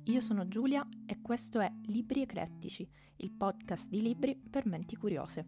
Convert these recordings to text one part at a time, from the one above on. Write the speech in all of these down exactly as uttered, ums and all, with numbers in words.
io sono Giulia e questo è Libri Eclettici, il podcast di libri per menti curiose.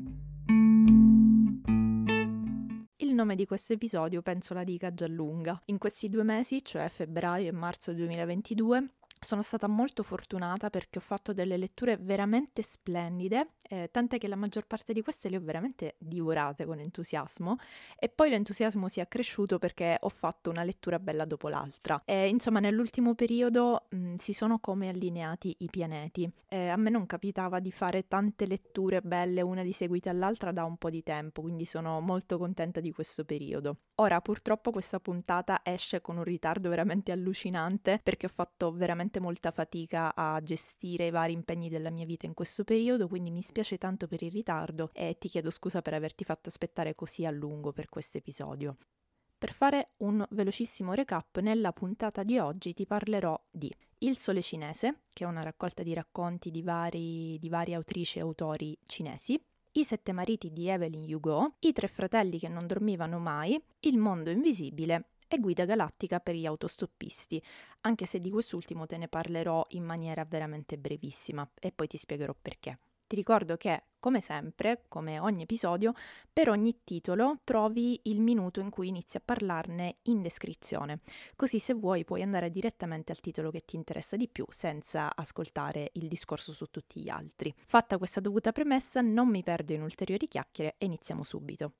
Il nome di questo episodio penso la dica già lunga. In questi due mesi, cioè febbraio e marzo duemilaventidue, sono stata molto fortunata perché ho fatto delle letture veramente splendide, eh, tant'è che la maggior parte di queste le ho veramente divorate con entusiasmo e poi l'entusiasmo si è accresciuto perché ho fatto una lettura bella dopo l'altra. E, insomma, nell'ultimo periodo mh, si sono come allineati i pianeti. Eh, a me non capitava di fare tante letture belle una di seguita all'altra da un po' di tempo, quindi sono molto contenta di questo periodo. Ora, purtroppo questa puntata esce con un ritardo veramente allucinante perché ho fatto veramente molta fatica a gestire i vari impegni della mia vita in questo periodo, quindi mi spiace tanto per il ritardo e ti chiedo scusa per averti fatto aspettare così a lungo per questo episodio. Per fare un velocissimo recap, nella puntata di oggi ti parlerò di Il Sole Cinese, che è una raccolta di racconti di vari, di varie autrici e autori cinesi, I Sette Mariti di Evelyn Hugo, I Tre Fratelli che non dormivano mai, Il Mondo Invisibile e Guida Galattica per gli autostoppisti, anche se di quest'ultimo te ne parlerò in maniera veramente brevissima e poi ti spiegherò perché. Ti ricordo che, come sempre, come ogni episodio, per ogni titolo trovi il minuto in cui inizi a parlarne in descrizione, così se vuoi puoi andare direttamente al titolo che ti interessa di più senza ascoltare il discorso su tutti gli altri. Fatta questa dovuta premessa, non mi perdo in ulteriori chiacchiere e iniziamo subito.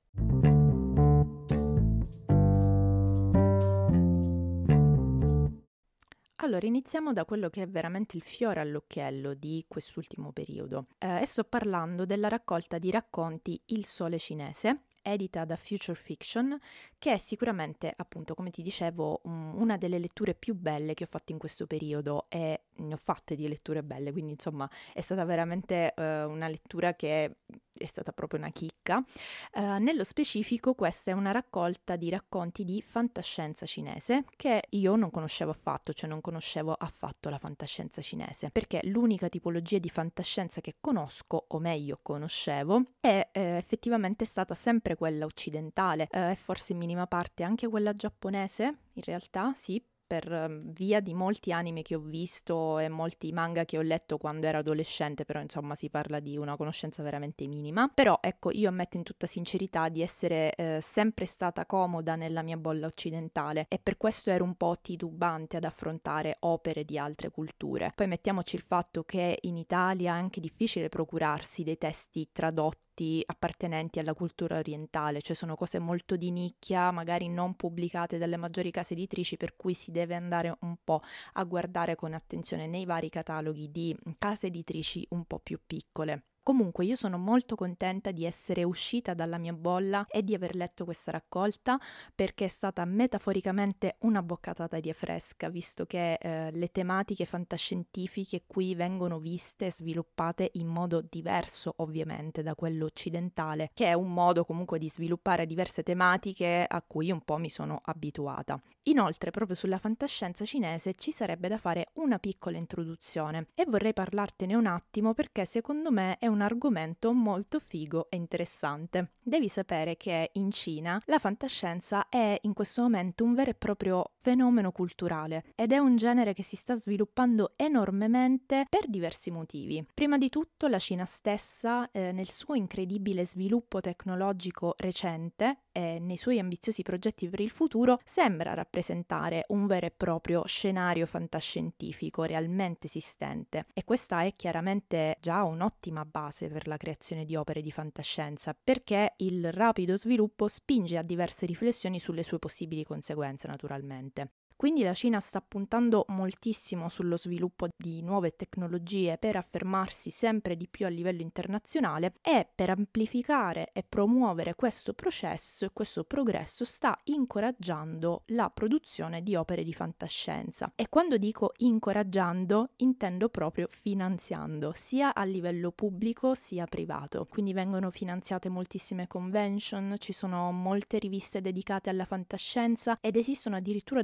Allora, iniziamo da quello che è veramente il fiore all'occhiello di quest'ultimo periodo. Eh, e sto parlando della raccolta di racconti Il Sole Cinese, edita da Future Fiction, che è sicuramente, appunto, come ti dicevo, um, una delle letture più belle che ho fatto in questo periodo e ne ho fatte di letture belle, quindi insomma è stata veramente uh, una lettura che è stata proprio una chicca. Uh, nello specifico questa è una raccolta di racconti di fantascienza cinese che io non conoscevo affatto, cioè non conoscevo affatto la fantascienza cinese, perché l'unica tipologia di fantascienza che conosco, o meglio conoscevo, è eh, effettivamente stata sempre quella occidentale e eh, forse in minima parte anche quella giapponese, in realtà sì, per via di molti anime che ho visto e molti manga che ho letto quando ero adolescente, però insomma si parla di una conoscenza veramente minima. Però ecco, io ammetto in tutta sincerità di essere eh, sempre stata comoda nella mia bolla occidentale e per questo ero un po' titubante ad affrontare opere di altre culture. Poi mettiamoci il fatto che in Italia è anche difficile procurarsi dei testi tradotti appartenenti alla cultura orientale, cioè sono cose molto di nicchia, magari non pubblicate dalle maggiori case editrici, per cui si deve andare un po' a guardare con attenzione nei vari cataloghi di case editrici un po' più piccole. Comunque io sono molto contenta di essere uscita dalla mia bolla e di aver letto questa raccolta perché è stata metaforicamente una boccata d'aria fresca, visto che eh, le tematiche fantascientifiche qui vengono viste e sviluppate in modo diverso ovviamente da quello occidentale, che è un modo comunque di sviluppare diverse tematiche a cui un po' mi sono abituata. Inoltre proprio sulla fantascienza cinese ci sarebbe da fare una piccola introduzione e vorrei parlartene un attimo perché secondo me è un argomento molto figo e interessante. Devi sapere che in Cina la fantascienza è in questo momento un vero e proprio fenomeno culturale ed è un genere che si sta sviluppando enormemente per diversi motivi. Prima di tutto la Cina stessa eh, nel suo incredibile sviluppo tecnologico recente e nei suoi ambiziosi progetti per il futuro sembra rappresentare un vero e proprio scenario fantascientifico realmente esistente e questa è chiaramente già un'ottima base per la creazione di opere di fantascienza perché il rapido sviluppo spinge a diverse riflessioni sulle sue possibili conseguenze naturalmente. Quindi la Cina sta puntando moltissimo sullo sviluppo di nuove tecnologie per affermarsi sempre di più a livello internazionale e per amplificare e promuovere questo processo e questo progresso sta incoraggiando la produzione di opere di fantascienza. E quando dico incoraggiando intendo proprio finanziando, sia a livello pubblico sia privato. Quindi vengono finanziate moltissime convention, ci sono molte riviste dedicate alla fantascienza ed esistono addirittura dei percorsi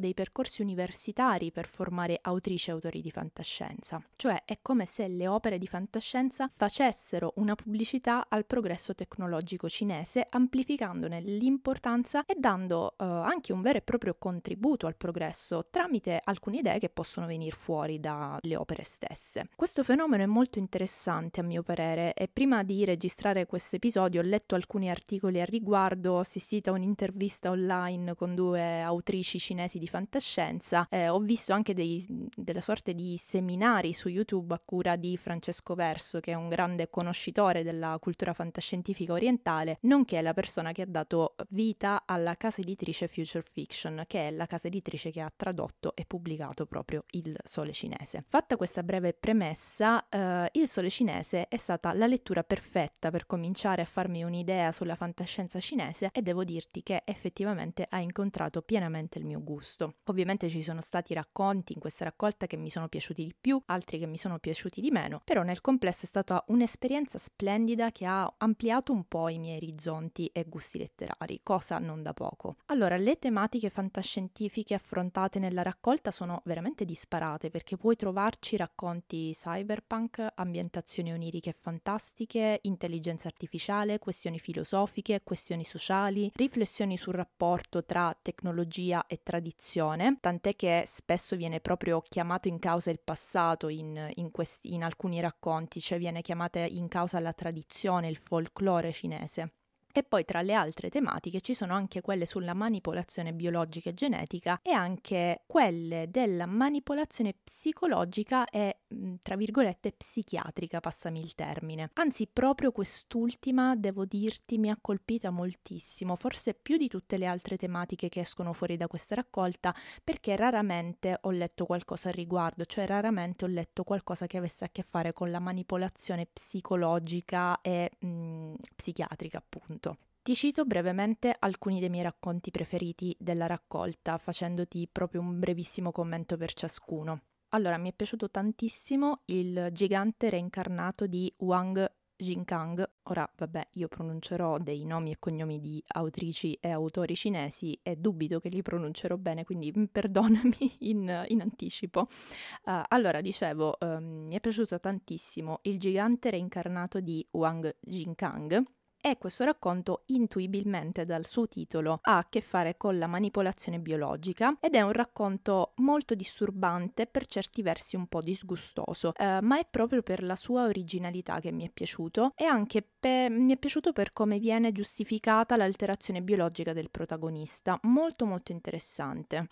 percorsi universitari per formare autrici e autori di fantascienza. Cioè è come se le opere di fantascienza facessero una pubblicità al progresso tecnologico cinese, amplificandone l'importanza e dando eh, anche un vero e proprio contributo al progresso tramite alcune idee che possono venire fuori dalle opere stesse. Questo fenomeno è molto interessante a mio parere e prima di registrare questo episodio ho letto alcuni articoli a riguardo, ho assistito a un'intervista online con due autrici cinesi di fantascienza, eh, ho visto anche dei, delle sorte di seminari su YouTube a cura di Francesco Verso, che è un grande conoscitore della cultura fantascientifica orientale, nonché la persona che ha dato vita alla casa editrice Future Fiction, che è la casa editrice che ha tradotto e pubblicato proprio Il Sole Cinese. Fatta questa breve premessa, eh, Il Sole Cinese è stata la lettura perfetta per cominciare a farmi un'idea sulla fantascienza cinese e devo dirti che effettivamente ha incontrato pienamente il mio gusto. Ovviamente ci sono stati racconti in questa raccolta che mi sono piaciuti di più, altri che mi sono piaciuti di meno, però nel complesso è stata un'esperienza splendida che ha ampliato un po' i miei orizzonti e gusti letterari, cosa non da poco. Allora, le tematiche fantascientifiche affrontate nella raccolta sono veramente disparate, perché puoi trovarci racconti cyberpunk, ambientazioni oniriche e fantastiche, intelligenza artificiale, questioni filosofiche, questioni sociali, riflessioni sul rapporto tra tecnologia e tradizione, tant'è che spesso viene proprio chiamato in causa il passato in, in, questi, in alcuni racconti, cioè viene chiamata in causa la tradizione, il folklore cinese. E poi tra le altre tematiche ci sono anche quelle sulla manipolazione biologica e genetica e anche quelle della manipolazione psicologica e, tra virgolette, psichiatrica, passami il termine. Anzi, proprio quest'ultima, devo dirti, mi ha colpita moltissimo, forse più di tutte le altre tematiche che escono fuori da questa raccolta, perché raramente ho letto qualcosa al riguardo, cioè raramente ho letto qualcosa che avesse a che fare con la manipolazione psicologica e mh, psichiatrica, appunto. Ti cito brevemente alcuni dei miei racconti preferiti della raccolta, facendoti proprio un brevissimo commento per ciascuno. Allora, mi è piaciuto tantissimo Il gigante reincarnato di Wang Jinkang. Ora, vabbè, io pronuncerò dei nomi e cognomi di autrici e autori cinesi e dubito che li pronuncerò bene, quindi perdonami in, in anticipo. Uh, allora, dicevo, um, mi è piaciuto tantissimo Il gigante reincarnato di Wang Jinkang. E questo racconto, intuibilmente dal suo titolo, ha a che fare con la manipolazione biologica ed è un racconto molto disturbante, per certi versi un po' disgustoso, eh, ma è proprio per la sua originalità che mi è piaciuto e anche pe- mi è piaciuto per come viene giustificata l'alterazione biologica del protagonista, molto molto interessante.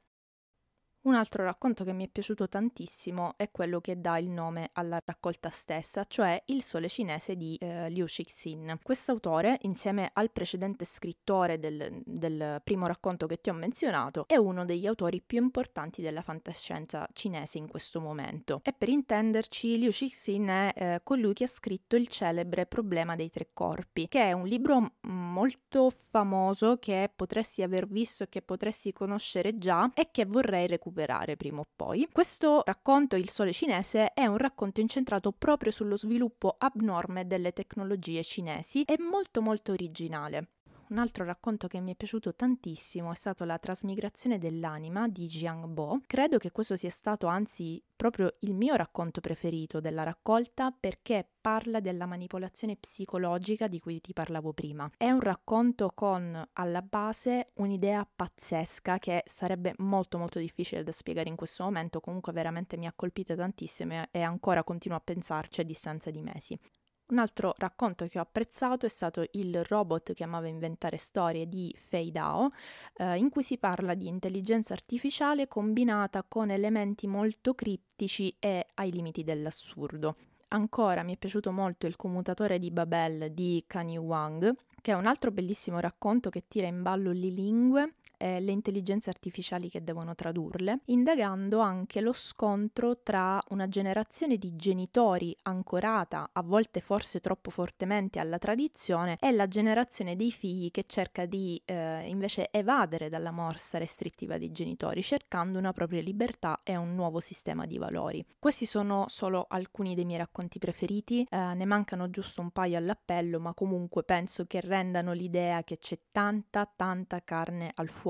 Un altro racconto che mi è piaciuto tantissimo è quello che dà il nome alla raccolta stessa, cioè Il Sole Cinese di eh, Liu Cixin. Quest'autore, insieme al precedente scrittore del, del primo racconto che ti ho menzionato, è uno degli autori più importanti della fantascienza cinese in questo momento. E per intenderci, Liu Cixin è eh, colui che ha scritto il celebre Problema dei tre corpi, che è un libro molto famoso che potresti aver visto e che potresti conoscere già e che vorrei recuperare prima o poi. Questo racconto, Il Sole Cinese, è un racconto incentrato proprio sullo sviluppo abnorme delle tecnologie cinesi e molto molto originale. Un altro racconto che mi è piaciuto tantissimo è stato La trasmigrazione dell'anima di Jiang Bo. Credo che questo sia stato anzi proprio il mio racconto preferito della raccolta, perché parla della manipolazione psicologica di cui ti parlavo prima. È un racconto con alla base un'idea pazzesca che sarebbe molto molto difficile da spiegare in questo momento, comunque veramente mi ha colpito tantissimo e ancora continuo a pensarci a distanza di mesi. Un altro racconto che ho apprezzato è stato Il robot che amava inventare storie di Fei Dao, eh, in cui si parla di intelligenza artificiale combinata con elementi molto criptici e ai limiti dell'assurdo. Ancora mi è piaciuto molto Il commutatore di Babel di Kanye Wang, che è un altro bellissimo racconto che tira in ballo le lingue e le intelligenze artificiali che devono tradurle, indagando anche lo scontro tra una generazione di genitori ancorata, a volte forse troppo fortemente alla tradizione, e la generazione dei figli che cerca di eh, invece evadere dalla morsa restrittiva dei genitori, cercando una propria libertà e un nuovo sistema di valori. Questi sono solo alcuni dei miei racconti preferiti, eh, ne mancano giusto un paio all'appello, ma comunque penso che rendano l'idea che c'è tanta tanta carne al fuoco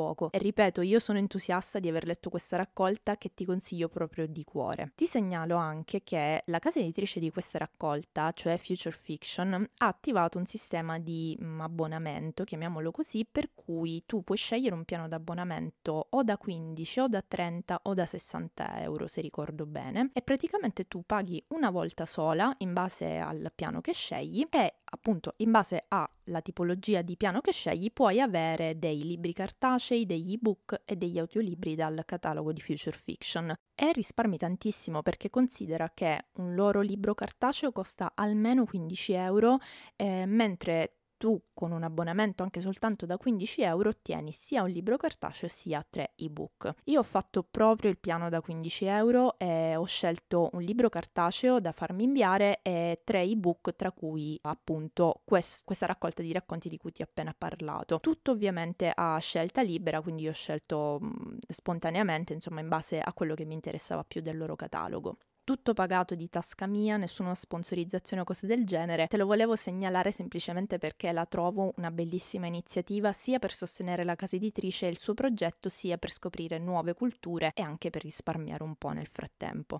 poco e ripeto, io sono entusiasta di aver letto questa raccolta che ti consiglio proprio di cuore. Ti segnalo anche che la casa editrice di questa raccolta, cioè Future Fiction, ha attivato un sistema di mh, abbonamento, chiamiamolo così, per cui tu puoi scegliere un piano d'abbonamento o da quindici o da trenta o da sessanta euro, se ricordo bene, e praticamente tu paghi una volta sola in base al piano che scegli e appunto in base alla tipologia di piano che scegli puoi avere dei libri cartacei, degli ebook e degli audiolibri dal catalogo di Future Fiction. E risparmi tantissimo perché considera che un loro libro cartaceo costa almeno quindici euro, eh, mentre tu con un abbonamento anche soltanto da quindici euro ottieni sia un libro cartaceo sia tre ebook. Io ho fatto proprio il piano da quindici euro e ho scelto un libro cartaceo da farmi inviare e tre ebook, tra cui appunto quest- questa raccolta di racconti di cui ti ho appena parlato. Tutto ovviamente a scelta libera, quindi io ho scelto mh, spontaneamente, insomma in base a quello che mi interessava più del loro catalogo. Tutto pagato di tasca mia, nessuna sponsorizzazione o cose del genere. Te lo volevo segnalare semplicemente perché la trovo una bellissima iniziativa sia per sostenere la casa editrice e il suo progetto, sia per scoprire nuove culture e anche per risparmiare un po' nel frattempo.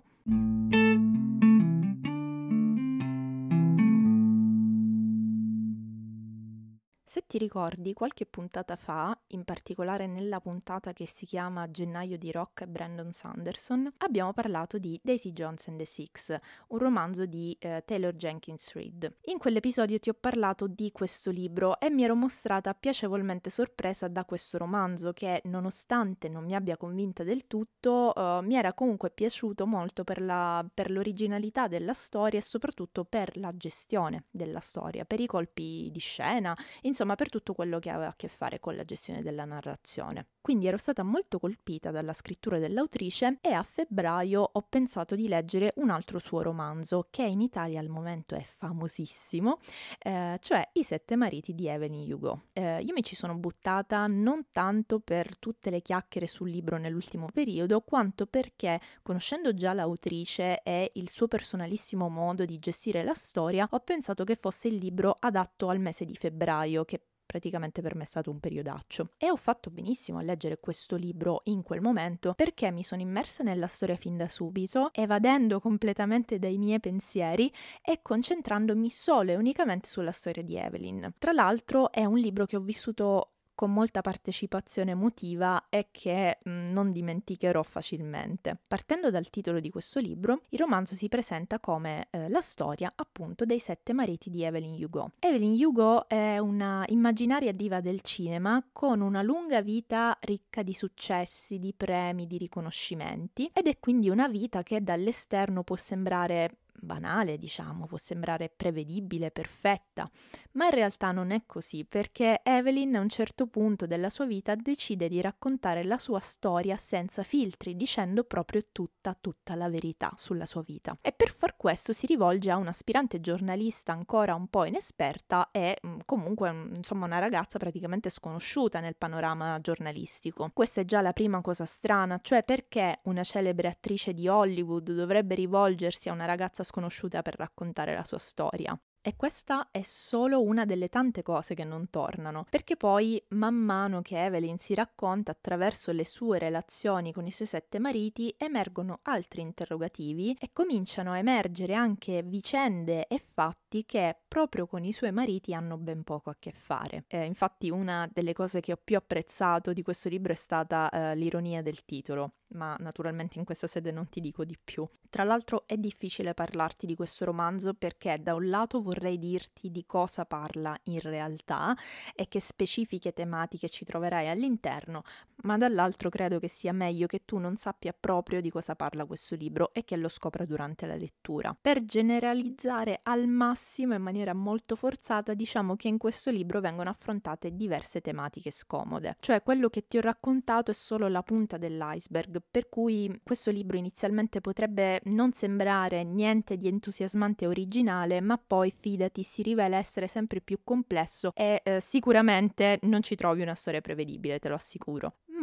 Se ti ricordi, qualche puntata fa, in particolare nella puntata che si chiama Gennaio di Rock e Brandon Sanderson, abbiamo parlato di Daisy Jones and the Six, un romanzo di eh, Taylor Jenkins Reid. In quell'episodio ti ho parlato di questo libro e mi ero mostrata piacevolmente sorpresa da questo romanzo che, nonostante non mi abbia convinta del tutto, eh, mi era comunque piaciuto molto per, la, per l'originalità della storia e soprattutto per la gestione della storia, per i colpi di scena, insomma per tutto quello che aveva a che fare con la gestione della narrazione. Quindi ero stata molto colpita dalla scrittura dell'autrice e a febbraio ho pensato di leggere un altro suo romanzo che in Italia al momento è famosissimo, eh, cioè I sette mariti di Evelyn Hugo. Eh, io mi ci sono buttata non tanto per tutte le chiacchiere sul libro nell'ultimo periodo, quanto perché, conoscendo già l'autrice e il suo personalissimo modo di gestire la storia, ho pensato che fosse il libro adatto al mese di febbraio, che praticamente per me è stato un periodaccio. E ho fatto benissimo a leggere questo libro in quel momento perché mi sono immersa nella storia fin da subito, evadendo completamente dai miei pensieri e concentrandomi solo e unicamente sulla storia di Evelyn. Tra l'altro è un libro che ho vissuto con molta partecipazione emotiva e che mh, non dimenticherò facilmente. Partendo dal titolo di questo libro, il romanzo si presenta come eh, la storia appunto dei sette mariti di Evelyn Hugo. Evelyn Hugo è una immaginaria diva del cinema con una lunga vita ricca di successi, di premi, di riconoscimenti ed è quindi una vita che dall'esterno può sembrare banale, diciamo, può sembrare prevedibile, perfetta, ma in realtà non è così perché Evelyn a un certo punto della sua vita decide di raccontare la sua storia senza filtri, dicendo proprio tutta, tutta la verità sulla sua vita. E per far questo si rivolge a un'aspirante giornalista ancora un po' inesperta e comunque insomma una ragazza praticamente sconosciuta nel panorama giornalistico. Questa è già la prima cosa strana, cioè perché una celebre attrice di Hollywood dovrebbe rivolgersi a una ragazza sconosciuta per raccontare la sua storia. E questa è solo una delle tante cose che non tornano, perché poi man mano che Evelyn si racconta attraverso le sue relazioni con i suoi sette mariti emergono altri interrogativi e cominciano a emergere anche vicende e fatti che proprio con i suoi mariti hanno ben poco a che fare. Eh, infatti una delle cose che ho più apprezzato di questo libro è stata eh, l'ironia del titolo, ma naturalmente in questa sede non ti dico di più. Tra l'altro è difficile parlarti di questo romanzo perché da un lato vorrei dirti di cosa parla in realtà e che specifiche tematiche ci troverai all'interno, ma dall'altro credo che sia meglio che tu non sappia proprio di cosa parla questo libro e che lo scopra durante la lettura. Per generalizzare al massimo in maniera molto forzata, diciamo che in questo libro vengono affrontate diverse tematiche scomode, cioè quello che ti ho raccontato è solo la punta dell'iceberg, per cui questo libro inizialmente potrebbe non sembrare niente di entusiasmante e originale, ma poi fidati si rivela essere sempre più complesso e eh, sicuramente non ci trovi una storia prevedibile, te lo assicuro.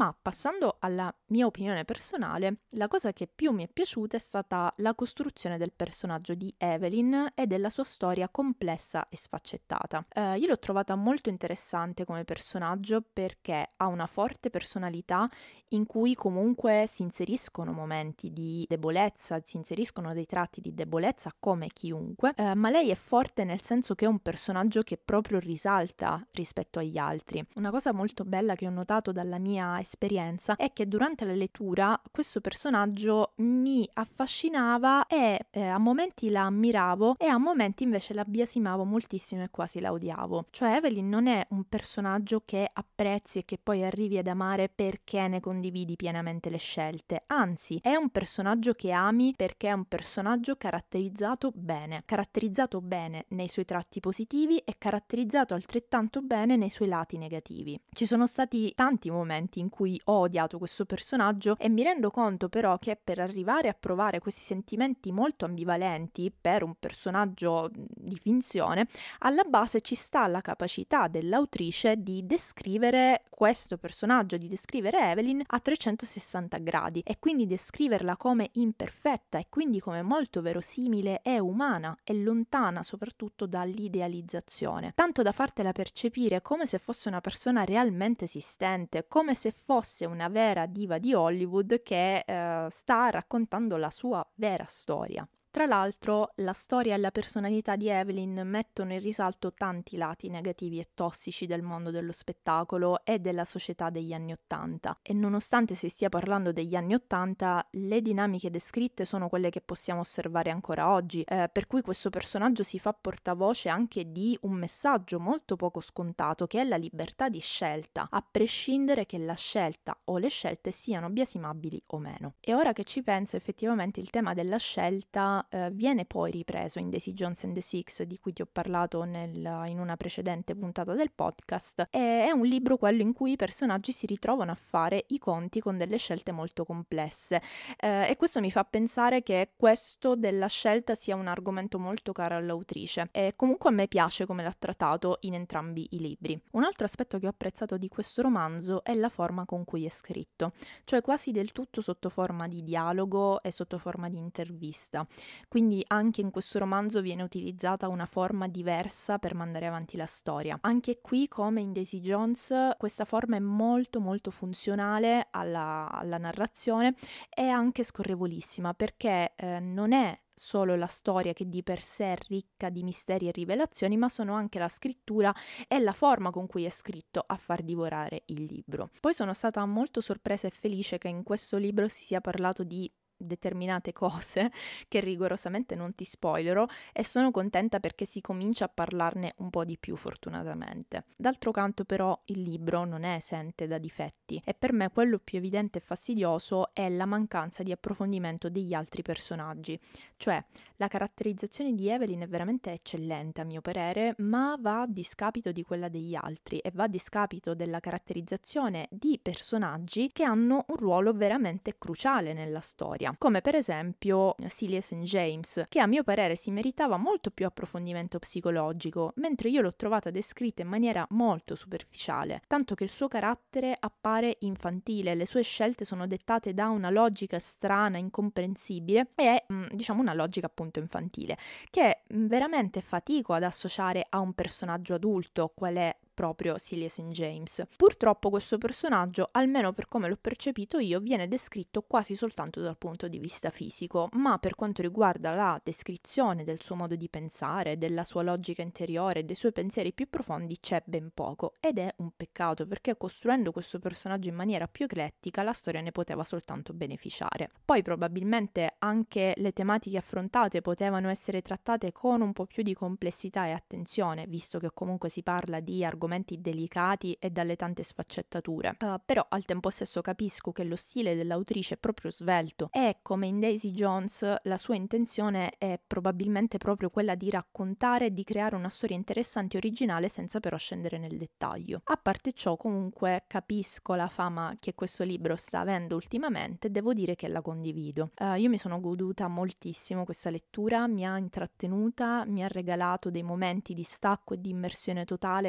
Ma passando alla mia opinione personale, la cosa che più mi è piaciuta è stata la costruzione del personaggio di Evelyn e della sua storia complessa e sfaccettata. Eh, io l'ho trovata molto interessante come personaggio perché ha una forte personalità in cui comunque si inseriscono momenti di debolezza, si inseriscono dei tratti di debolezza come chiunque, eh, ma lei è forte nel senso che è un personaggio che proprio risalta rispetto agli altri. Una cosa molto bella che ho notato dalla mia esperienza è che durante la lettura questo personaggio mi affascinava e eh, a momenti la ammiravo e a momenti invece la biasimavo moltissimo e quasi la odiavo. Cioè Evelyn non è un personaggio che apprezzi e che poi arrivi ad amare perché ne condividi pienamente le scelte, anzi è un personaggio che ami perché è un personaggio caratterizzato bene, caratterizzato bene nei suoi tratti positivi e caratterizzato altrettanto bene nei suoi lati negativi. Ci sono stati tanti momenti in cui ho odiato questo personaggio e mi rendo conto però che per arrivare a provare questi sentimenti molto ambivalenti per un personaggio di finzione, alla base ci sta la capacità dell'autrice di descrivere questo personaggio, di descrivere Evelyn a trecentosessanta gradi e quindi descriverla come imperfetta e quindi come molto verosimile e umana e lontana soprattutto dall'idealizzazione, tanto da fartela percepire come se fosse una persona realmente esistente, come se fosse una vera diva di Hollywood che eh, sta raccontando la sua vera storia. Tra l'altro, la storia e la personalità di Evelyn mettono in risalto tanti lati negativi e tossici del mondo dello spettacolo e della società degli anni Ottanta. E nonostante si stia parlando degli anni Ottanta, le dinamiche descritte sono quelle che possiamo osservare ancora oggi, eh, per cui questo personaggio si fa portavoce anche di un messaggio molto poco scontato, che è la libertà di scelta, a prescindere che la scelta o le scelte siano biasimabili o meno. E ora che ci penso, effettivamente il tema della scelta Uh, viene poi ripreso in Daisy Jones and the Six, di cui ti ho parlato nel, in una precedente puntata del podcast. E è un libro quello in cui i personaggi si ritrovano a fare i conti con delle scelte molto complesse, uh, e questo mi fa pensare che questo della scelta sia un argomento molto caro all'autrice e comunque a me piace come l'ha trattato in entrambi i libri. Un altro aspetto che ho apprezzato di questo romanzo è la forma con cui è scritto, cioè quasi del tutto sotto forma di dialogo e sotto forma di intervista. Quindi anche in questo romanzo viene utilizzata una forma diversa per mandare avanti la storia. Anche qui, come in Daisy Jones, questa forma è molto molto funzionale alla, alla narrazione e anche scorrevolissima, perché eh, non è solo la storia che di per sé è ricca di misteri e rivelazioni, ma sono anche la scrittura e la forma con cui è scritto a far divorare il libro. Poi sono stata molto sorpresa e felice che in questo libro si sia parlato di determinate cose che rigorosamente non ti spoilerò e sono contenta perché si comincia a parlarne un po' di più, fortunatamente. D'altro canto però il libro non è esente da difetti e per me quello più evidente e fastidioso è la mancanza di approfondimento degli altri personaggi, cioè la caratterizzazione di Evelyn è veramente eccellente a mio parere, ma va a discapito di quella degli altri e va a discapito della caratterizzazione di personaggi che hanno un ruolo veramente cruciale nella storia, come per esempio Celia Saint James, che a mio parere si meritava molto più approfondimento psicologico, mentre io l'ho trovata descritta in maniera molto superficiale, tanto che il suo carattere appare infantile, le sue scelte sono dettate da una logica strana, incomprensibile e diciamo una logica appunto infantile, che veramente fatico ad associare a un personaggio adulto, qual è proprio Celia Saint James. Purtroppo questo personaggio, almeno per come l'ho percepito io, viene descritto quasi soltanto dal punto di vista fisico, ma per quanto riguarda la descrizione del suo modo di pensare, della sua logica interiore, dei suoi pensieri più profondi c'è ben poco, ed è un peccato perché costruendo questo personaggio in maniera più eclettica la storia ne poteva soltanto beneficiare. Poi probabilmente anche le tematiche affrontate potevano essere trattate con un po' più di complessità e attenzione, visto che comunque si parla di argomenti delicati e dalle tante sfaccettature. Uh, però al tempo stesso capisco che lo stile dell'autrice è proprio svelto e come in Daisy Jones la sua intenzione è probabilmente proprio quella di raccontare e di creare una storia interessante e originale senza però scendere nel dettaglio. A parte ciò, comunque capisco la fama che questo libro sta avendo ultimamente e devo dire che la condivido. Uh, io mi sono goduta moltissimo questa lettura, mi ha intrattenuta, mi ha regalato dei momenti di stacco e di immersione totale che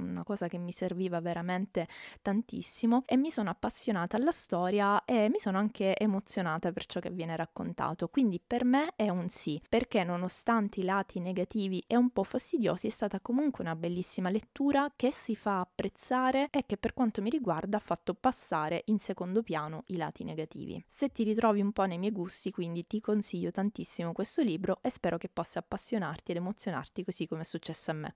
una cosa che mi serviva veramente tantissimo, e mi sono appassionata alla storia e mi sono anche emozionata per ciò che viene raccontato. Quindi per me è un sì, perché nonostante i lati negativi e un po' fastidiosi è stata comunque una bellissima lettura che si fa apprezzare e che per quanto mi riguarda ha fatto passare in secondo piano i lati negativi. Se ti ritrovi un po' nei miei gusti, quindi ti consiglio tantissimo questo libro e spero che possa appassionarti ed emozionarti così come è successo a me.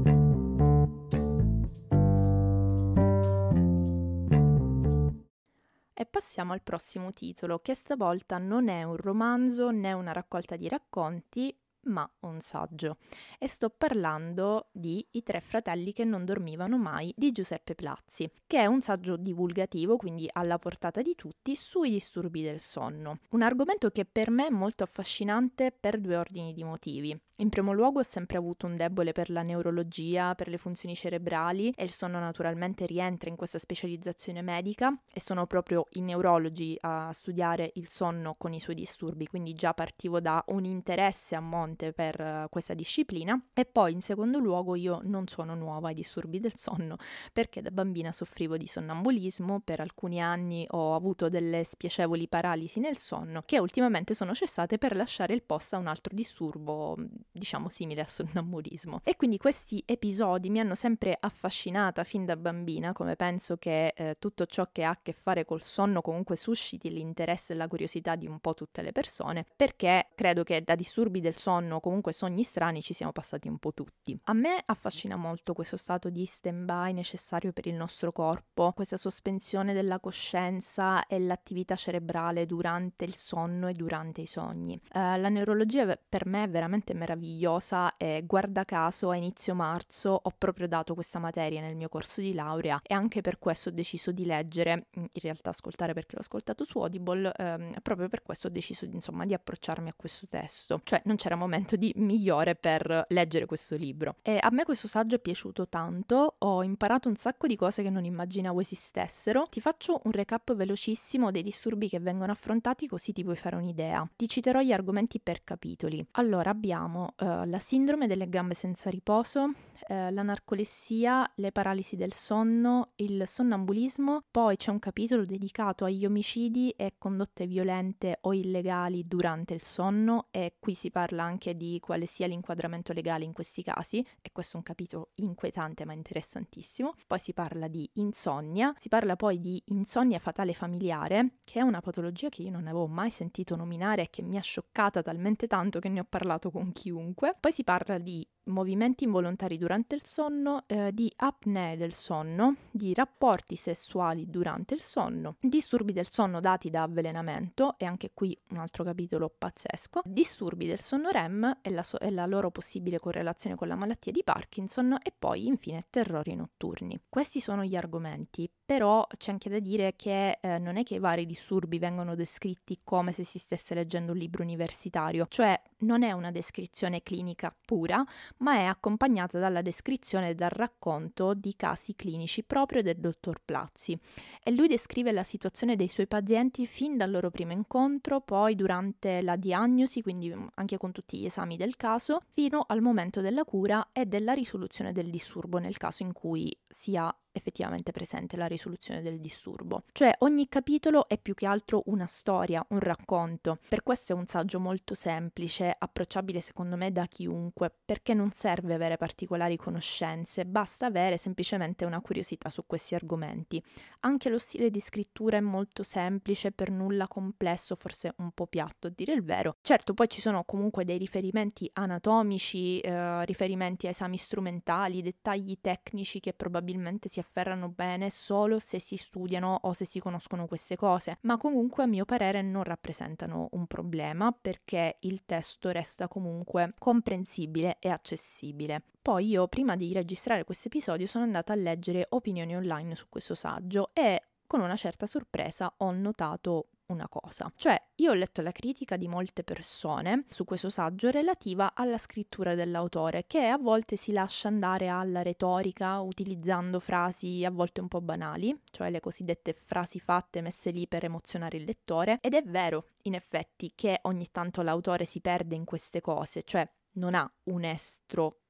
E passiamo al prossimo titolo, che stavolta non è un romanzo né una raccolta di racconti, ma un saggio. E sto parlando di I tre fratelli che non dormivano mai di Giuseppe Plazzi, che è un saggio divulgativo, quindi alla portata di tutti, sui disturbi del sonno. Un argomento che per me è molto affascinante per due ordini di motivi. In primo luogo ho sempre avuto un debole per la neurologia, per le funzioni cerebrali, e il sonno naturalmente rientra in questa specializzazione medica e sono proprio i neurologi a studiare il sonno con i suoi disturbi, quindi già partivo da un interesse a monte per uh, questa disciplina. E poi in secondo luogo io non sono nuova ai disturbi del sonno, perché da bambina soffrivo di sonnambulismo, per alcuni anni ho avuto delle spiacevoli paralisi nel sonno che ultimamente sono cessate per lasciare il posto a un altro disturbo, diciamo simile al sonnambulismo. E quindi questi episodi mi hanno sempre affascinata fin da bambina, come penso che eh, tutto ciò che ha a che fare col sonno comunque susciti l'interesse e la curiosità di un po' tutte le persone, perché credo che da disturbi del sonno o comunque sogni strani ci siamo passati un po' tutti. A me affascina molto questo stato di stand-by necessario per il nostro corpo, questa sospensione della coscienza e l'attività cerebrale durante il sonno e durante i sogni. Uh, la neurologia per me è veramente meravigliosa meravigliosa e guarda caso a inizio marzo ho proprio dato questa materia nel mio corso di laurea e anche per questo ho deciso di leggere, in realtà ascoltare perché l'ho ascoltato su Audible, ehm, proprio per questo ho deciso di, insomma, di approcciarmi a questo testo, cioè non c'era momento di migliore per leggere questo libro. E a me questo saggio è piaciuto tanto, ho imparato un sacco di cose che non immaginavo esistessero. Ti faccio un recap velocissimo dei disturbi che vengono affrontati così ti puoi fare un'idea. Ti citerò gli argomenti per capitoli. Allora abbiamo Uh, la sindrome delle gambe senza riposo, uh, la narcolessia, le paralisi del sonno, il sonnambulismo, poi c'è un capitolo dedicato agli omicidi e condotte violente o illegali durante il sonno e qui si parla anche di quale sia l'inquadramento legale in questi casi e questo è un capitolo inquietante ma interessantissimo. Poi si parla di insonnia, si parla poi di insonnia fatale familiare, che è una patologia che io non avevo mai sentito nominare e che mi ha scioccata talmente tanto che ne ho parlato con chiunque. Poi si parla di movimenti involontari durante il sonno, eh, di apnee del sonno, di rapporti sessuali durante il sonno, disturbi del sonno dati da avvelenamento, e anche qui un altro capitolo pazzesco, disturbi del sonno R E M e la, so- e la loro possibile correlazione con la malattia di Parkinson, e poi infine terrori notturni. Questi sono gli argomenti, però c'è anche da dire che eh, non è che i vari disturbi vengono descritti come se si stesse leggendo un libro universitario, cioè non è una descrizione clinica pura, ma è accompagnata dalla descrizione e dal racconto di casi clinici proprio del dottor Plazzi. E lui descrive la situazione dei suoi pazienti fin dal loro primo incontro, poi durante la diagnosi, quindi anche con tutti gli esami del caso, fino al momento della cura e della risoluzione del disturbo nel caso in cui sia effettivamente presente la risoluzione del disturbo. Cioè ogni capitolo è più che altro una storia, un racconto. Per questo è un saggio molto semplice, approcciabile secondo me da chiunque, perché non serve avere particolari conoscenze, basta avere semplicemente una curiosità su questi argomenti. Anche lo stile di scrittura è molto semplice, per nulla complesso, forse un po' piatto a dire il vero. Certo, poi ci sono comunque dei riferimenti anatomici, eh, riferimenti a esami strumentali, dettagli tecnici che probabilmente si afferrano bene solo se si studiano o se si conoscono queste cose, ma comunque a mio parere non rappresentano un problema perché il testo resta comunque comprensibile e accessibile. Poi io prima di registrare questo episodio sono andata a leggere opinioni online su questo saggio e con una certa sorpresa ho notato una cosa, cioè io ho letto la critica di molte persone su questo saggio relativa alla scrittura dell'autore, che a volte si lascia andare alla retorica utilizzando frasi a volte un po' banali, cioè le cosiddette frasi fatte messe lì per emozionare il lettore, ed è vero in effetti che ogni tanto l'autore si perde in queste cose, cioè non ha un estro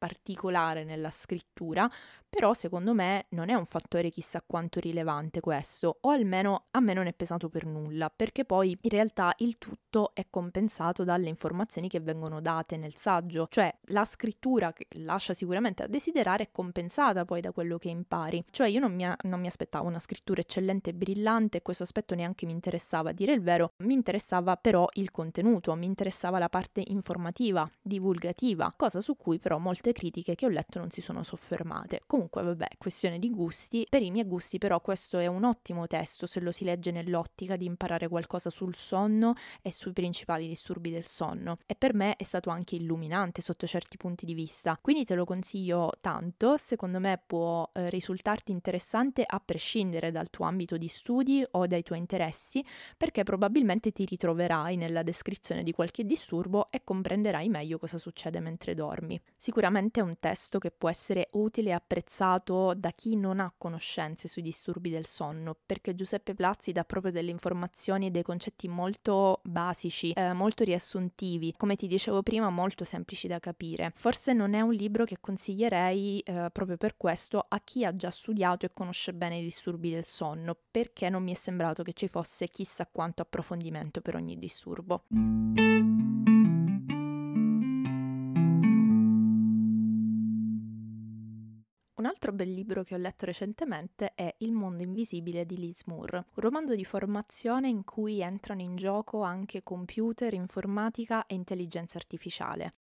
particolare nella scrittura, però secondo me non è un fattore chissà quanto rilevante questo, o almeno a me non è pesato per nulla, perché poi in realtà il tutto è compensato dalle informazioni che vengono date nel saggio, cioè la scrittura che lascia sicuramente a desiderare è compensata poi da quello che impari. Cioè io non mi, non mi aspettavo una scrittura eccellente e brillante, questo aspetto neanche mi interessava, a dire il vero, mi interessava però il contenuto, mi interessava la parte informativa, divulgativa, cosa su cui però molte critiche che ho letto non si sono soffermate. Comunque vabbè, questione di gusti. Per i miei gusti però questo è un ottimo testo se lo si legge nell'ottica di imparare qualcosa sul sonno e sui principali disturbi del sonno, e per me è stato anche illuminante sotto certi punti di vista, quindi te lo consiglio tanto. Secondo me può eh, risultarti interessante a prescindere dal tuo ambito di studi o dai tuoi interessi, perché probabilmente ti ritroverai nella descrizione di qualche disturbo e comprenderai meglio cosa succede mentre dormi. Sicuramente è un testo che può essere utile e apprezzato da chi non ha conoscenze sui disturbi del sonno, perché Giuseppe Plazzi dà proprio delle informazioni e dei concetti molto basici, eh, molto riassuntivi, come ti dicevo prima, molto semplici da capire. Forse non è un libro che consiglierei eh, proprio per questo a chi ha già studiato e conosce bene i disturbi del sonno, perché non mi è sembrato che ci fosse chissà quanto approfondimento per ogni disturbo. Un altro bel libro che ho letto recentemente è Il mondo invisibile di Liz Moore, un romanzo di formazione in cui entrano in gioco anche computer, informatica e intelligenza artificiale.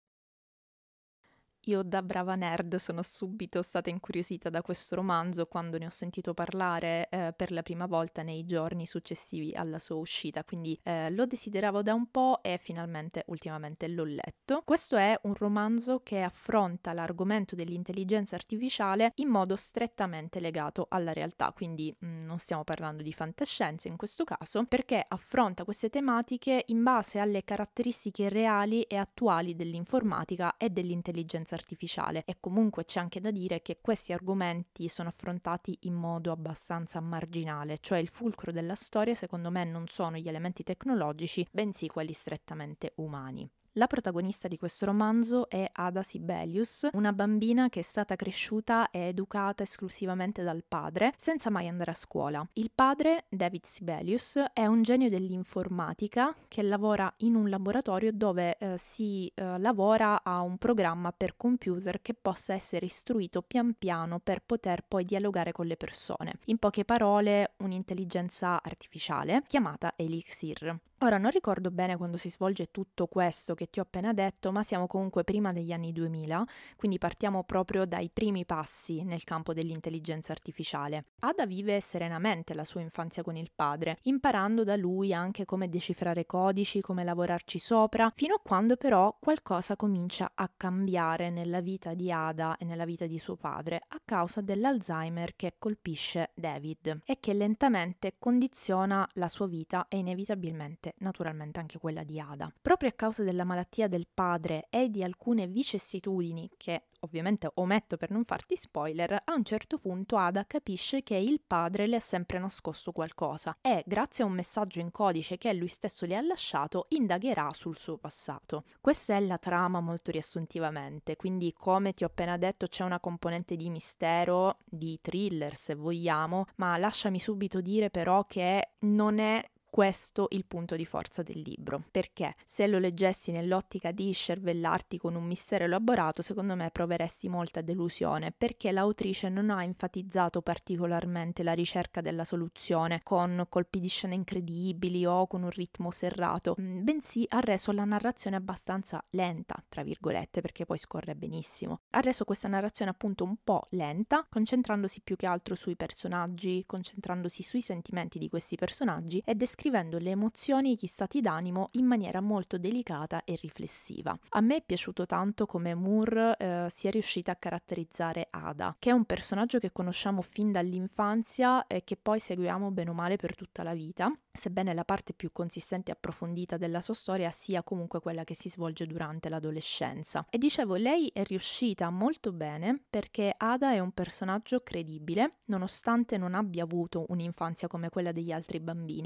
Io da brava nerd sono subito stata incuriosita da questo romanzo quando ne ho sentito parlare eh, per la prima volta nei giorni successivi alla sua uscita, quindi eh, lo desideravo da un po' e finalmente ultimamente l'ho letto. Questo è un romanzo che affronta l'argomento dell'intelligenza artificiale in modo strettamente legato alla realtà, quindi mh, non stiamo parlando di fantascienza in questo caso, perché affronta queste tematiche in base alle caratteristiche reali e attuali dell'informatica e dell'intelligenza artificiale, e comunque c'è anche da dire che questi argomenti sono affrontati in modo abbastanza marginale, cioè il fulcro della storia secondo me non sono gli elementi tecnologici, bensì quelli strettamente umani. La protagonista di questo romanzo è Ada Sibelius, una bambina che è stata cresciuta e educata esclusivamente dal padre, senza mai andare a scuola. Il padre, David Sibelius, è un genio dell'informatica che lavora in un laboratorio dove eh, si eh, lavora a un programma per computer che possa essere istruito pian piano per poter poi dialogare con le persone. In poche parole, un'intelligenza artificiale chiamata Elixir. Ora non ricordo bene quando si svolge tutto questo che ti ho appena detto, ma siamo comunque prima degli anni duemila, quindi partiamo proprio dai primi passi nel campo dell'intelligenza artificiale. Ada vive serenamente la sua infanzia con il padre, imparando da lui anche come decifrare codici, come lavorarci sopra, fino a quando però qualcosa comincia a cambiare nella vita di Ada e nella vita di suo padre a causa dell'Alzheimer che colpisce David e che lentamente condiziona la sua vita e inevitabilmente naturalmente anche quella di Ada. Proprio a causa della malattia del padre e di alcune vicissitudini che ovviamente ometto per non farti spoiler, a un certo punto Ada capisce che il padre le ha sempre nascosto qualcosa e, grazie a un messaggio in codice che lui stesso le ha lasciato, indagherà sul suo passato. Questa è la trama molto riassuntivamente, quindi come ti ho appena detto c'è una componente di mistero, di thriller se vogliamo, ma lasciami subito dire però che non è questo il punto di forza del libro, perché se lo leggessi nell'ottica di scervellarti con un mistero elaborato, secondo me proveresti molta delusione, perché l'autrice non ha enfatizzato particolarmente la ricerca della soluzione con colpi di scena incredibili o con un ritmo serrato, bensì ha reso la narrazione abbastanza lenta, tra virgolette, perché poi scorre benissimo. Ha reso questa narrazione appunto un po' lenta, concentrandosi più che altro sui personaggi, concentrandosi sui sentimenti di questi personaggi e descrivendo scrivendo le emozioni e gli stati d'animo in maniera molto delicata e riflessiva. A me è piaciuto tanto come Moore eh, sia riuscita a caratterizzare Ada, che è un personaggio che conosciamo fin dall'infanzia e che poi seguiamo bene o male per tutta la vita, sebbene la parte più consistente e approfondita della sua storia sia comunque quella che si svolge durante l'adolescenza. E dicevo, lei è riuscita molto bene perché Ada è un personaggio credibile, nonostante non abbia avuto un'infanzia come quella degli altri bambini, perché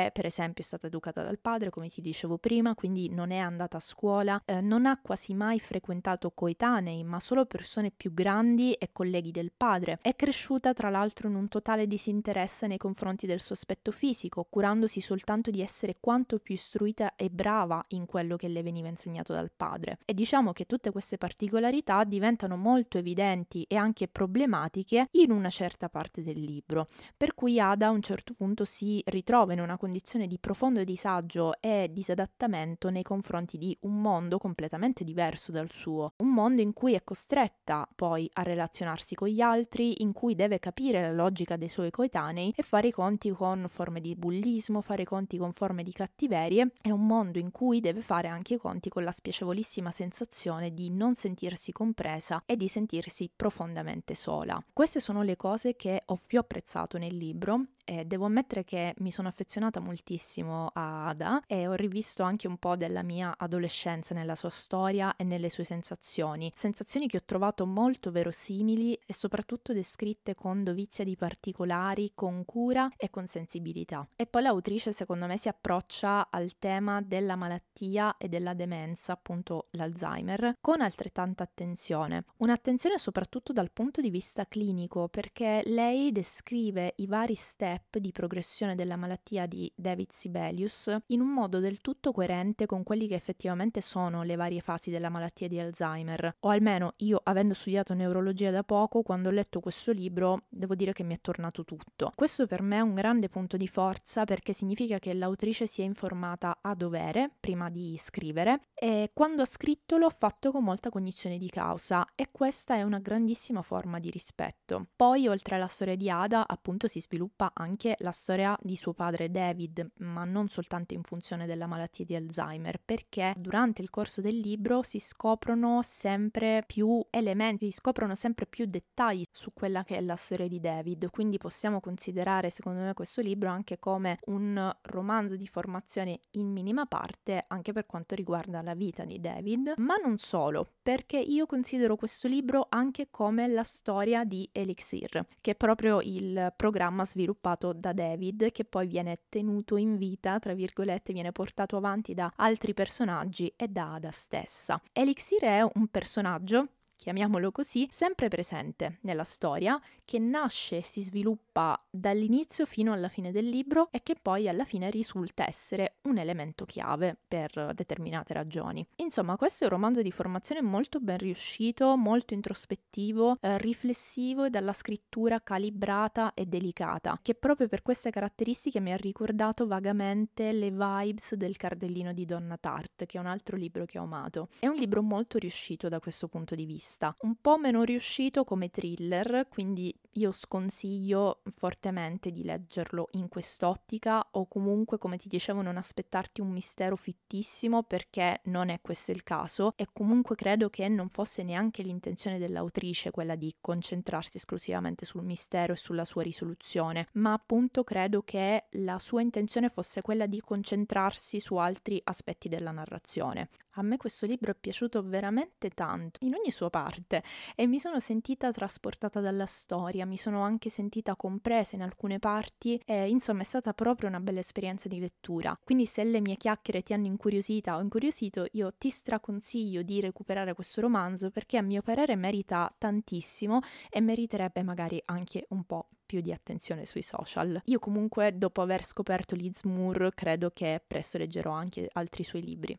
perché per esempio è stata educata dal padre, come ti dicevo prima, quindi non è andata a scuola, eh, non ha quasi mai frequentato coetanei, ma solo persone più grandi e colleghi del padre. È cresciuta tra l'altro in un totale disinteresse nei confronti del suo aspetto fisico, curandosi soltanto di essere quanto più istruita e brava in quello che le veniva insegnato dal padre. E diciamo che tutte queste particolarità diventano molto evidenti e anche problematiche in una certa parte del libro, per cui Ada a un certo punto si ritrova in una condizione di profondo disagio e disadattamento nei confronti di un mondo completamente diverso dal suo, un mondo in cui è costretta poi a relazionarsi con gli altri, in cui deve capire la logica dei suoi coetanei e fare i conti con forme di bullismo, fare i conti con forme di cattiverie. È un mondo in cui deve fare anche i conti con la spiacevolissima sensazione di non sentirsi compresa e di sentirsi profondamente sola. Queste sono le cose che ho più apprezzato nel libro e devo ammettere che mi sono affezionata moltissimo a Ada e ho rivisto anche un po' della mia adolescenza nella sua storia e nelle sue sensazioni, sensazioni che ho trovato molto verosimili e soprattutto descritte con dovizia di particolari, con cura e con sensibilità. E poi l'autrice secondo me si approccia al tema della malattia e della demenza, appunto l'Alzheimer, con altrettanta attenzione. Un'attenzione soprattutto dal punto di vista clinico, perché lei descrive i vari step di progressione della malattia di David Sibelius in un modo del tutto coerente con quelli che effettivamente sono le varie fasi della malattia di Alzheimer, o almeno io, avendo studiato neurologia da poco, quando ho letto questo libro devo dire che mi è tornato tutto. Questo per me è un grande punto di forza, perché significa che l'autrice si è informata a dovere prima di scrivere e quando ha scritto l'ho fatto con molta cognizione di causa, e questa è una grandissima forma di rispetto. Poi oltre alla storia di Ada appunto si sviluppa anche la storia di suo padre David, ma non soltanto in funzione della malattia di Alzheimer, perché durante il corso del libro si scoprono sempre più elementi, si scoprono sempre più dettagli su quella che è la storia di David, quindi possiamo considerare secondo me questo libro anche come un romanzo di formazione in minima parte anche per quanto riguarda la vita di David, ma non solo, perché io considero questo libro anche come la storia di Elixir, che è proprio il programma sviluppato da David, che poi viene tenuto in vita, tra virgolette, viene portato avanti da altri personaggi e da Ada stessa. Elixir è un personaggio, chiamiamolo così, sempre presente nella storia, che nasce e si sviluppa dall'inizio fino alla fine del libro e che poi alla fine risulta essere un elemento chiave per determinate ragioni. Insomma, questo è un romanzo di formazione molto ben riuscito, molto introspettivo, eh, riflessivo e dalla scrittura calibrata e delicata, che proprio per queste caratteristiche mi ha ricordato vagamente le vibes del Cardellino di Donna Tartt, che è un altro libro che ho amato. È un libro molto riuscito da questo punto di vista, un po' meno riuscito come thriller, quindi io sconsiglio fortemente di leggerlo in quest'ottica, o comunque, come ti dicevo, non aspettarti un mistero fittissimo, perché non è questo il caso, e comunque credo che non fosse neanche l'intenzione dell'autrice quella di concentrarsi esclusivamente sul mistero e sulla sua risoluzione, ma appunto credo che la sua intenzione fosse quella di concentrarsi su altri aspetti della narrazione. A me questo libro è piaciuto veramente tanto, in ogni sua parte, e mi sono sentita trasportata dalla storia, mi sono anche sentita compresa in alcune parti e insomma è stata proprio una bella esperienza di lettura. Quindi se le mie chiacchiere ti hanno incuriosita o incuriosito, io ti straconsiglio di recuperare questo romanzo, perché a mio parere merita tantissimo e meriterebbe magari anche un po' più di attenzione sui social. Io comunque, dopo aver scoperto Liz Moore, credo che presto leggerò anche altri suoi libri.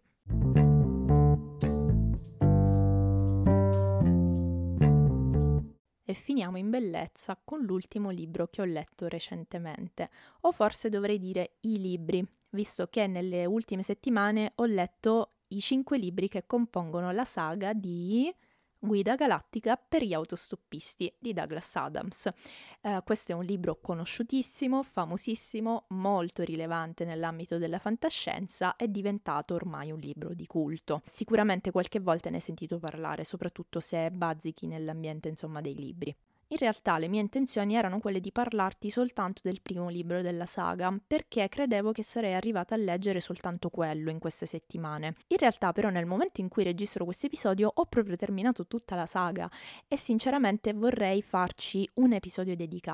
E finiamo in bellezza con l'ultimo libro che ho letto recentemente, o forse dovrei dire i libri, visto che nelle ultime settimane ho letto i cinque libri che compongono la saga di Guida galattica per gli autostoppisti di Douglas Adams. Eh, questo è un libro conosciutissimo, famosissimo, molto rilevante nell'ambito della fantascienza, è diventato ormai un libro di culto. Sicuramente qualche volta ne hai sentito parlare, soprattutto se bazzichi nell'ambiente, insomma, dei libri. In realtà le mie intenzioni erano quelle di parlarti soltanto del primo libro della saga, perché credevo che sarei arrivata a leggere soltanto quello in queste settimane. In realtà però nel momento in cui registro questo episodio ho proprio terminato tutta la saga e sinceramente vorrei farci un episodio dedicato.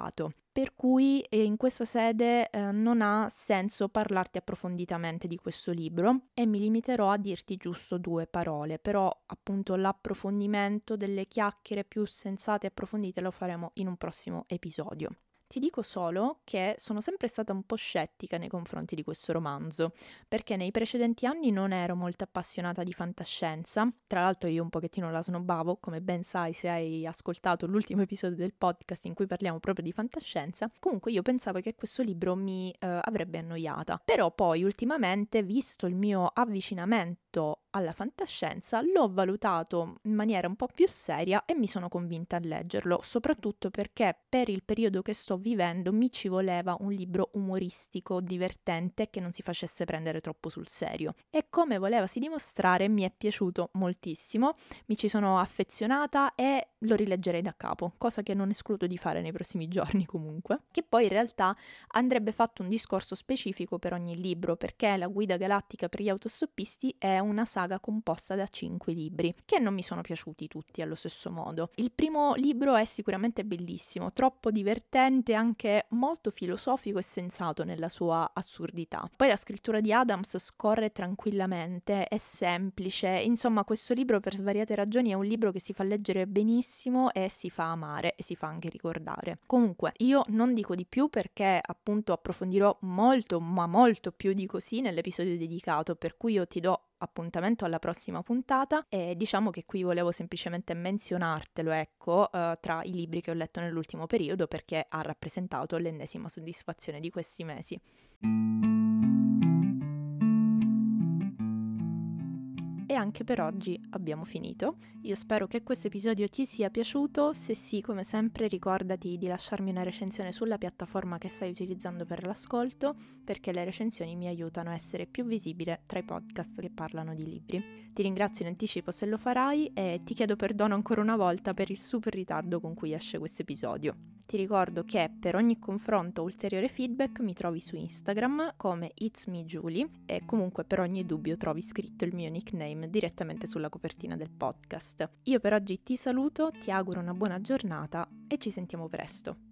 per cui eh, in questa sede eh, non ha senso parlarti approfonditamente di questo libro e mi limiterò a dirti giusto due parole, però appunto l'approfondimento delle chiacchiere più sensate e approfondite lo faremo in un prossimo episodio. Ti dico solo che sono sempre stata un po' scettica nei confronti di questo romanzo, perché nei precedenti anni non ero molto appassionata di fantascienza, tra l'altro io un pochettino la snobbavo, come ben sai se hai ascoltato l'ultimo episodio del podcast in cui parliamo proprio di fantascienza. Comunque io pensavo che questo libro mi eh, avrebbe annoiata, però poi ultimamente, visto il mio avvicinamento alla fantascienza, l'ho valutato in maniera un po' più seria e mi sono convinta a leggerlo, soprattutto perché per il periodo che sto vivendo mi ci voleva un libro umoristico, divertente, che non si facesse prendere troppo sul serio. E come volevasi dimostrare mi è piaciuto moltissimo, mi ci sono affezionata e lo rileggerei da capo, cosa che non escludo di fare nei prossimi giorni comunque, che poi in realtà andrebbe fatto un discorso specifico per ogni libro, perché la Guida Galattica per gli autostoppisti è una saga composta da cinque libri, che non mi sono piaciuti tutti allo stesso modo. Il primo libro è sicuramente bellissimo, troppo divertente, anche molto filosofico e sensato nella sua assurdità. Poi la scrittura di Adams scorre tranquillamente, è semplice, insomma questo libro per svariate ragioni è un libro che si fa leggere benissimo e si fa amare e si fa anche ricordare. Comunque io non dico di più perché appunto approfondirò molto ma molto più di così nell'episodio dedicato, per cui io ti do appuntamento alla prossima puntata e diciamo che qui volevo semplicemente menzionartelo, ecco, eh, tra i libri che ho letto nell'ultimo periodo perché ha rappresentato l'ennesima soddisfazione di questi mesi. E anche per oggi abbiamo finito. Io spero che questo episodio ti sia piaciuto. Se sì, come sempre, ricordati di lasciarmi una recensione sulla piattaforma che stai utilizzando per l'ascolto, perché le recensioni mi aiutano a essere più visibile tra i podcast che parlano di libri. Ti ringrazio in anticipo se lo farai e ti chiedo perdono ancora una volta per il super ritardo con cui esce questo episodio. Ti ricordo che per ogni confronto o ulteriore feedback mi trovi su Instagram come It's Me Julie e comunque per ogni dubbio trovi scritto il mio nickname direttamente sulla copertina del podcast. Io per oggi ti saluto, ti auguro una buona giornata e ci sentiamo presto.